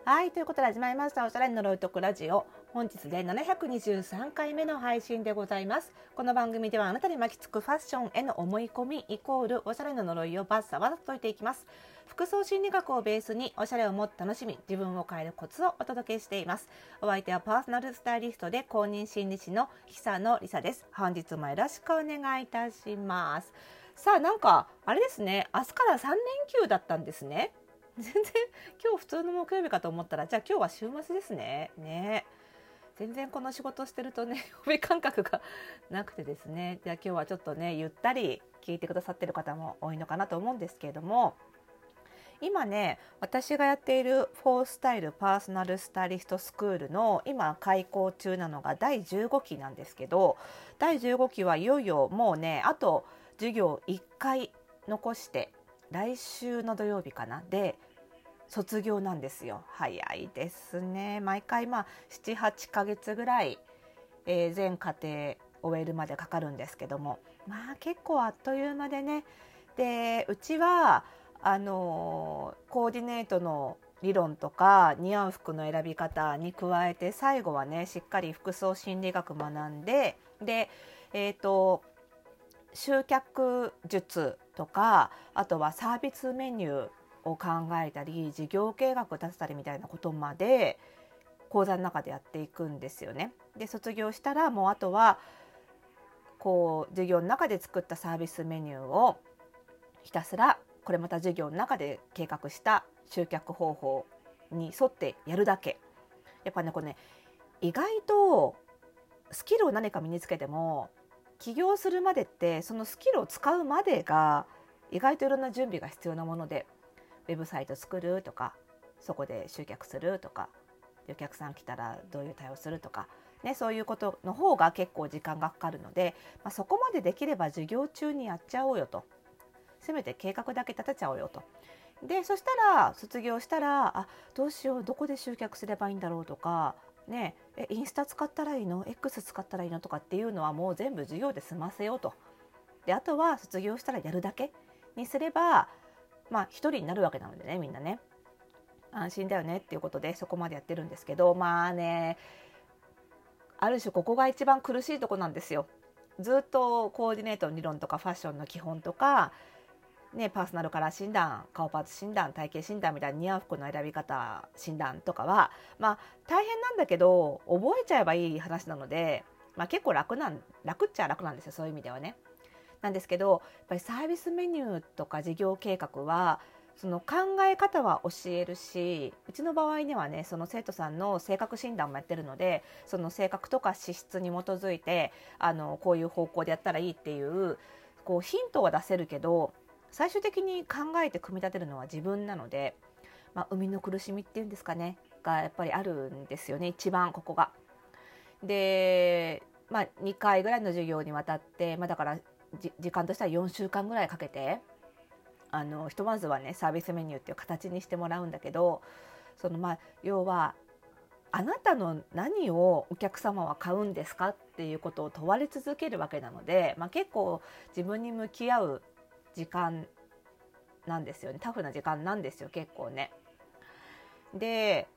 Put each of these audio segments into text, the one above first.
はい、ということで始まりましたおしゃれの呪いとくラジオ。本日で723回目の配信でございます。この番組ではあなたに巻きつくファッションへの思い込みイコールおしゃれの呪いをバッサバサと解いていきます。服装心理学をベースにおしゃれをもっと楽しみ、自分を変えるコツをお届けしています。お相手はパーソナルスタイリストで公認心理師の久野里沙です。本日もよろしくお願いいたします。さあ、なんかあれですね、明日から3連休だったんですね。全然今日普通の木曜日かと思ったら、じゃあ今日は週末ですね。全然この仕事してるとね、曜日感覚がなくてですね。じゃあ今日はちょっとね、ゆったり聞いてくださってる方も多いのかなと思うんですけれども、今ね、私がやっているフォースタイルパーソナルスタイリストスクールの今開講中なのが第15期なんですけど、第15期はいよいよもうね、あと授業1回残して来週の土曜日かなで卒業なんですよ。早いですね。毎回7、8ヶ月ぐらい、全課程終えるまでかかるんですけども、結構あっという間でね。で、うちはコーディネートの理論とか似合う服の選び方に加えて、最後はねしっかり服装心理学学んで、集客術とか、あとはサービスメニューを考えたり事業計画を立てたりみたいなことまで講座の中でやっていくんですよね。で、卒業したらもうあとはこう授業の中で作ったサービスメニューをひたすらこれまた授業の中で計画した集客方法に沿ってやるだけ。やっぱね、これね、意外とスキルを何か身につけても起業するまでってそのスキルを使うまでが意外といろんな準備が必要なもので、ウェブサイト作るとか、そこで集客するとか、お客さん来たらどういう対応するとか、そういうことの方が結構時間がかかるので、そこまでできれば授業中にやっちゃおうよと、せめて計画だけ立てちゃおうよと。で、そしたら卒業したらどうしよう、どこで集客すればいいんだろうとか、インスタ使ったらいいの、 X 使ったらいいのとかっていうのはもう全部授業で済ませようと。で、あとは卒業したらやるだけにすれば一人になるわけなのでね、みんなね安心だよねっていうことでそこまでやってるんですけど、ある種ここが一番苦しいとこなんですよ。ずっとコーディネートの理論とかファッションの基本とか、パーソナルカラー診断、顔パーツ診断、体型診断みたいな似合う服の選び方診断とかは大変なんだけど覚えちゃえばいい話なので、結構楽っちゃ楽なんですよ、そういう意味ではね。なんですけど、やっぱりサービスメニューとか事業計画はその考え方は教えるし、うちの場合にはね、その生徒さんの性格診断もやってるので、その性格とか資質に基づいてこういう方向でやったらいいっていうヒントは出せるけど、最終的に考えて組み立てるのは自分なので、生みの苦しみっていうんですかねがやっぱりあるんですよね、一番ここが。で、2回ぐらいの授業にわたって、だから時間としては4週間ぐらいかけてひとまずはねサービスメニューっていう形にしてもらうんだけど、その要はあなたの何をお客様は買うんですかっていうことを問われ続けるわけなので、結構自分に向き合う時間なんですよね。タフな時間なんですよ、結構ね。で、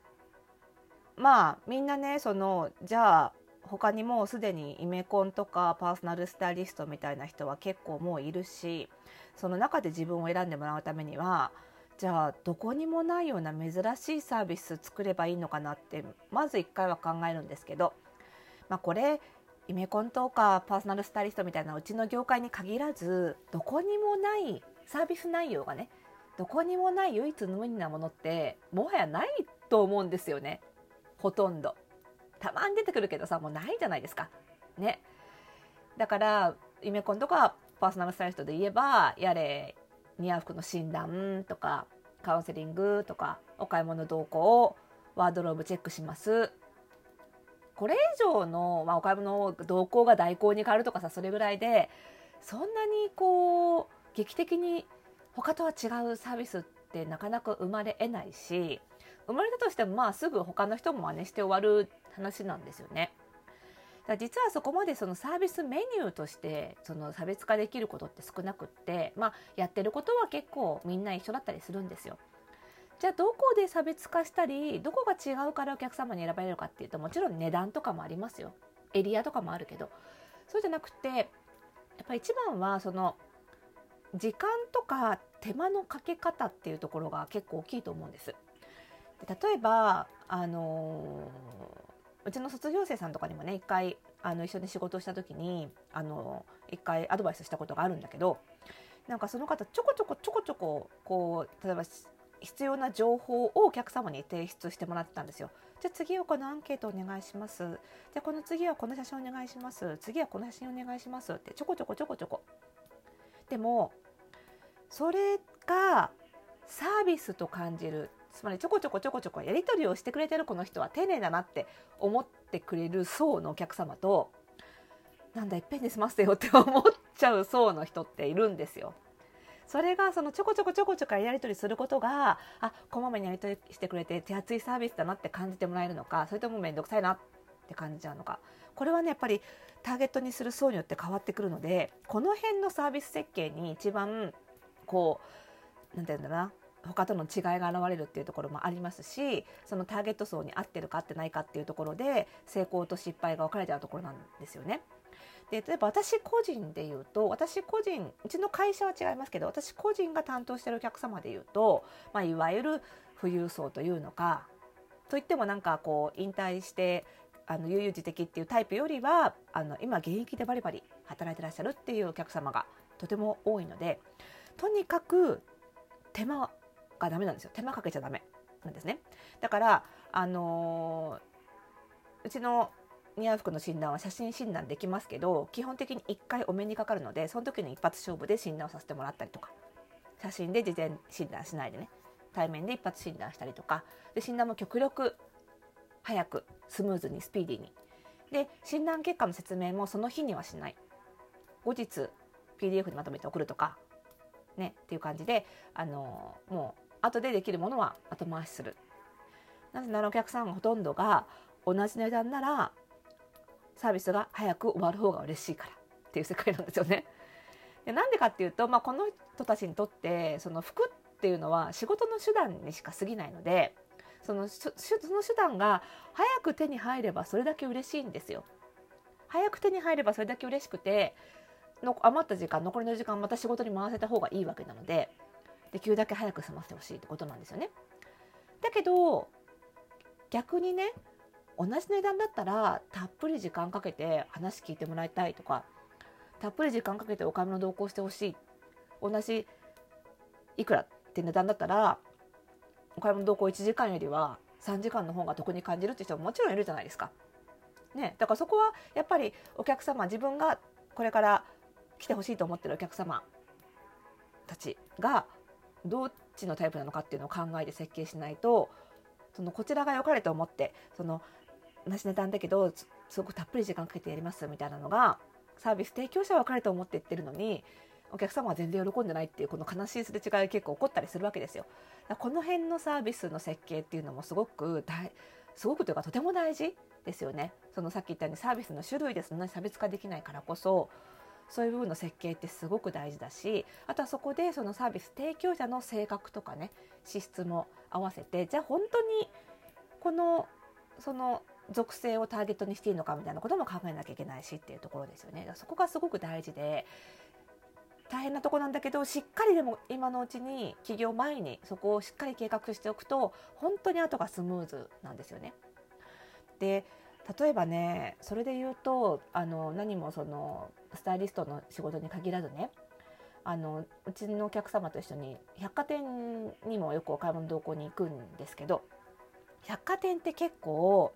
みんなね、じゃあ他にもうすでにイメコンとかパーソナルスタイリストみたいな人は結構もういるし、その中で自分を選んでもらうためには、じゃあどこにもないような珍しいサービス作ればいいのかなってまず一回は考えるんですけど、これイメコンとかパーソナルスタイリストみたいなうちの業界に限らず、どこにもないサービス内容がね、どこにもない唯一無二なものってもはやないと思うんですよね。ほとんどたまに出てくるけどさ、もうないじゃないですかね。だからイメコンとかパーソナルスタイリストで言えば、やれ似合う服の診断とかカウンセリングとかお買い物動向をワードローブチェックします。これ以上の、お買い物動向が代行に変わるとかさ、それぐらいでそんなに劇的に他とは違うサービスってなかなか生まれ得ないし、生まれたとしてもすぐ他の人も真似して終わる話なんですよね。だから実はそこまでそのサービスメニューとしてその差別化できることって少なくって、やってることは結構みんな一緒だったりするんですよ。 じゃあどこで差別化したりどこが違うからお客様に選ばれるかっていうと、もちろん値段とかもありますよ、エリアとかもあるけど、そうじゃなくてやっぱり一番はその時間とか手間のかけ方っていうところが結構大きいと思うんです。で例えばうちの卒業生さんとかにもね、一回一緒に仕事をした時に一回アドバイスしたことがあるんだけど、なんかその方ちょこちょここう例えば必要な情報をお客様に提出してもらってたんですよ。じゃあ次はこのアンケートお願いします。じゃあこの次はこの写真お願いします。次はこの写真お願いしますってちょこちょこ。でもそれがサービスと感じる、つまりちょこちょこやり取りをしてくれてるこの人は丁寧だなって思ってくれる層のお客様と、なんだいっぺんに済ませてよって思っちゃう層の人っているんですよ。それがそのちょこちょこやり取りすることがこまめにやり取りしてくれて手厚いサービスだなって感じてもらえるのか、それともめんどくさいなって感じちゃうのか、これはねやっぱりターゲットにする層によって変わってくるので、この辺のサービス設計に一番こうなんていうんだな、他との違いが現れるっていうところもありますし、そのターゲット層に合ってるか合ってないかっていうところで成功と失敗が分かれちゃうところなんですよね。で例えば私個人で言うと、うちの会社は違いますけど、私個人が担当しているお客様で言うと、いわゆる富裕層というのか、といってもなんかこう引退して悠々自適っていうタイプよりは今現役でバリバリ働いてらっしゃるっていうお客様がとても多いので、とにかく手間がダメなんですよ。手間かけちゃダメなんですね。だからうちの似合う服の診断は写真診断できますけど、基本的に1回お目にかかるので、その時に一発勝負で診断をさせてもらったりとか、写真で事前診断しないでね、対面で一発診断したりとかで、診断も極力早くスムーズにスピーディーにで、診断結果の説明もその日にはしない、後日 PDF にまとめて送るとかねっていう感じでもう後でできるものは後回しする。なぜならお客さんのほとんどが同じ値段ならサービスが早く終わる方が嬉しいからっていう世界なんですよね。でなんでかっていうと、この人たちにとってその服っていうのは仕事の手段にしか過ぎないので、その手段が早く手に入ればそれだけ嬉しいんですよ。早く手に入ればそれだけ嬉しくて、余った時間、残りの時間また仕事に回せた方がいいわけなので、できるだけ早く済ませてほしいってことなんですよね。だけど逆にね、同じ値段だったらたっぷり時間かけて話聞いてもらいたいとか、たっぷり時間かけてお買い物同行してほしい、同じいくらって値段だったらお買い物同行1時間よりは3時間の方が得に感じるって人ももちろんいるじゃないですか、ね、だからそこはやっぱりお客様、自分がこれから来てほしいと思ってるお客様たちがどっちのタイプなのかっていうのを考えて設計しないと、こちらが良かれと思って同じ値段だけどすごくたっぷり時間かけてやりますみたいなのが、サービス提供者は良かれと思って言ってるのにお客様は全然喜んでないっていう、この悲しいすれ違いが結構起こったりするわけですよ。だからこの辺のサービスの設計っていうのもすごくというかとても大事ですよね。さっき言ったようにサービスの種類でそんなに差別化できないからこそ、そういう部分の設計ってすごく大事だし、あとはそこでそのサービス提供者の性格とかね、資質も合わせて、じゃあ本当にその属性をターゲットにしていいのかみたいなことも考えなきゃいけないしっていうところですよね。そこがすごく大事で大変なところなんだけど、しっかりでも今のうちに起業前にそこをしっかり計画しておくと本当に後がスムーズなんですよね。で例えばね、それで言うと何もスタイリストの仕事に限らずね、うちのお客様と一緒に百貨店にもよくお買い物同行に行くんですけど、百貨店って結構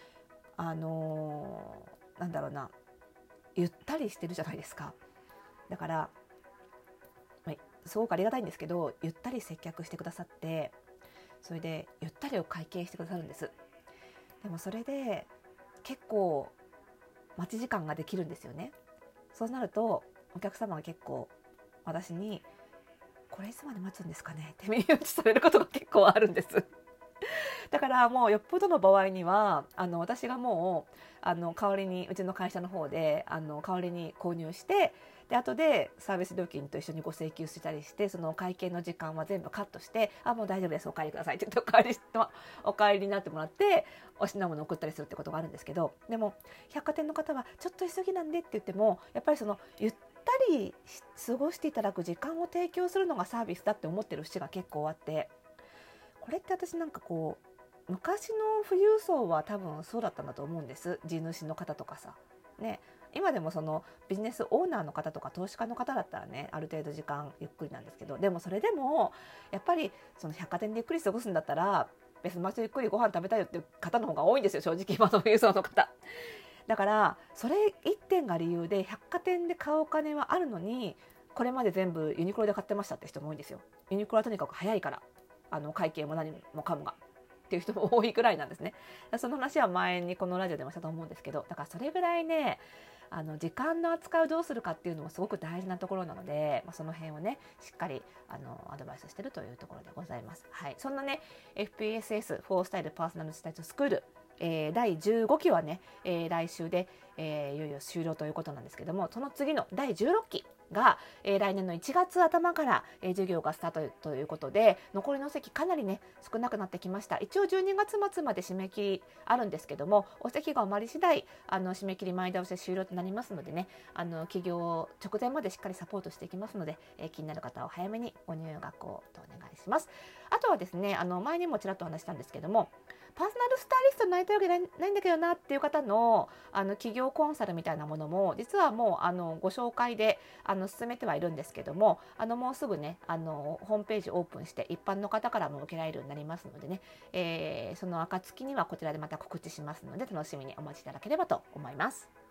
なんだろうな、ゆったりしてるじゃないですか。だからすごくありがたいんですけど、ゆったり接客してくださって、それでゆったりお会計してくださるんです。でもそれで結構待ち時間ができるんですよね。そうなるとお客様が結構私にこれいつまで待つんですかねって耳打ちされることが結構あるんです。 だからもうよっぽどの場合には私がもう代わりにうちの会社の方で代わりに購入して、で後でサービス料金と一緒にご請求したりして、その会計の時間は全部カットして、もう大丈夫です、お帰りくださいって言ってお帰りになってもらってお品物を送ったりするってことがあるんですけど、でも百貨店の方はちょっと急ぎなんでって言っても、やっぱりそのゆったり過ごしていただく時間を提供するのがサービスだって思ってる節が結構あって、これって私なんかこう昔の富裕層は多分そうだったんだと思うんです。地主の方とかさね、今でもそのビジネスオーナーの方とか投資家の方だったらね、ある程度時間ゆっくりなんですけど、でもそれでもやっぱりその百貨店でゆっくり過ごすんだったら別にゆっくりご飯食べたいよっていう方の方が多いんですよ、正直今の富裕層の方だから。それ一点が理由で百貨店で買うお金はあるのに、これまで全部ユニクロで買ってましたって人も多いんですよ。ユニクロはとにかく早いから、会計も何もかもがっていう人も多いくらいなんですね。その話は前にこのラジオでもしたと思うんですけど、だからそれぐらいね、時間の扱いをどうするかっていうのもすごく大事なところなので、その辺をねしっかりアドバイスしてるというところでございます。はい、そんなね FPSS 4スタイルパーソナルスタイルスクール、第15期はね、来週で、いよいよ終了ということなんですけども、その次の第16期が、来年の1月頭から、授業がスタートということで、残りの席かなりね少なくなってきました。一応12月末まで締め切りあるんですけども、お席が埋まり次第締め切り前倒しで終了となりますのでね、起業直前までしっかりサポートしていきますので、気になる方は早めにご入学をとお願いします。あとはですね、前にもちらっと話したんですけども、パーソナルスタイリストになりたいわけないんだけどなっていう方の企業コンサルみたいなものも実はもうご紹介で進めてはいるんですけども、もうすぐねホームページオープンして一般の方からも受けられるようになりますのでね、その暁にはこちらでまた告知しますので、楽しみにお待ちいただければと思います。